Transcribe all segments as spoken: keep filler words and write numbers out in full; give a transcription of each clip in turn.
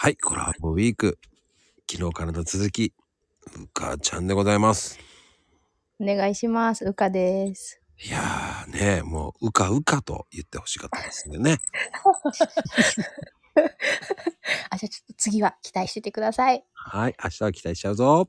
はい、コラボウィーク。昨日からの続き、うかちゃんでございます。 お願いします。うかです。 いやーね、もううかうかと言ってほしかったですね。 あ、じゃあちょっと次は期待しててください。 はい、明日は期待しちゃうぞ。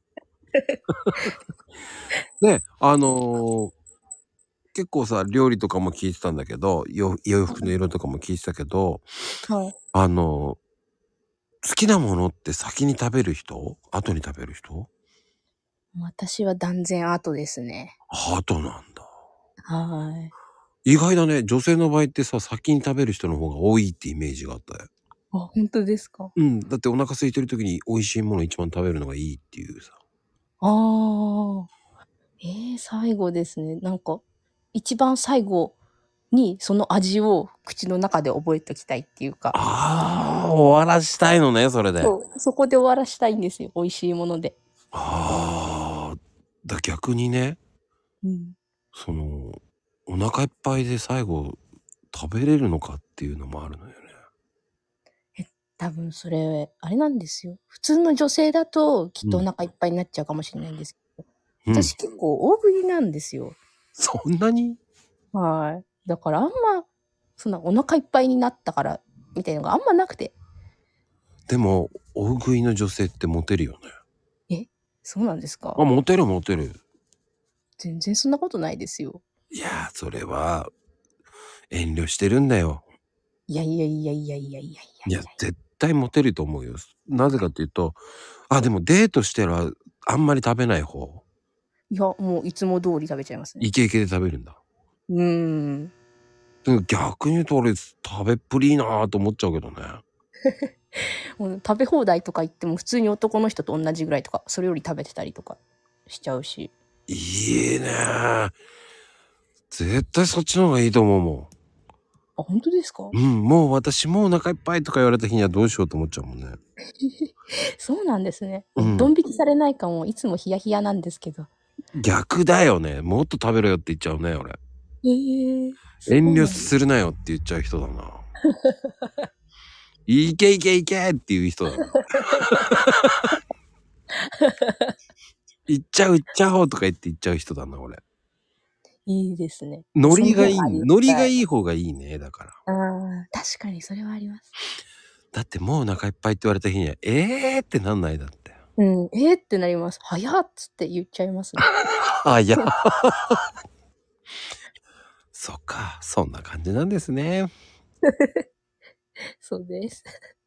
ね、あのー、結構さ、料理とかも聞いてたんだけど、洋洋服の色とかも聞いてたけど、 はい。 あのー、好きなものって先に食べる人？後に食べる人？ 私は断然後ですね。 後なんだ。 はい。 意外だね。女性の場合ってさ、先に食べる人の方が多いってイメージがあったよ。 あ、本当ですか？ うん、だってお腹空いてる時に美味しいもの一番食べるのがいいっていうさ。 ああ。えー、最後ですね。なんか、一番最後にその味を口の中で覚えておきたいっていうか。 ああ、終わらしたいのね、それで。 そう、そこで終わらしたいんですよ。美味しいもので。 ああ、だ逆にね、 うん。 その、お腹いっぱいで最後食べれるのかっていうのもあるのよね。 え、多分それ、あれなんですよ。普通の女性だときっとおうん。 腹いっぱいになっちゃうかもしれないんですけど、 うん。 私結構大食いなんですよ。 そんなに？ はい。だからあんま、そんなお腹いっぱいになったから、みたいなのがあんまなくて。 でも、大食いの女性ってモテるよね。 え、そうなんですあ、 か？ モテるモテる。 全然そんなことないですよ。 いやー、それは遠慮してるんだよ。 いやいやいやいやいやいやいやいや、 いや。 絶対モテると思うよ。なぜかっていうと、あ、でもデートしてはあんまり食べない方。 いや、もういつも通り食べちゃいますね。 イケイケで食べるんだ。 うーん。 でも逆に言うと俺食べっぷりいいなぁと思っちゃうけどね。 もう食べ放題とか言っても普通に男の人と同じぐらいとか、それより食べてたりとかしちゃうし。 いいねぁ。絶対そっちの方がいいと思うもあ、本当ですか？ ん。うん、もう私もうお腹いっぱいとか言われた日にはどうしようと思っちゃうもんね。 そうなんですね。 うん。 ドン引きされないかも、いつもヒヤヒヤなんですけど。 逆だよね。もっと食べろよって言っちゃうね、俺。 ええ、そ遠慮うなんです。 するなよって言っちゃう人だな。いけいけいけっていう人だな。行っちゃう行っちゃおうとか言って言っちゃう人だな、俺。 いいですね。 ノそのリがいい、 方がありがノリがたい。 いい方がいいね、だから。 ああ、確かにそれはあります。 だってもうお腹いっぱいって言われた日には、えーってなんないだって。 うん、えーってなります。早っつって言っちゃいますね。 あ、いや。そっか、そんな感じなんですね。 そうです。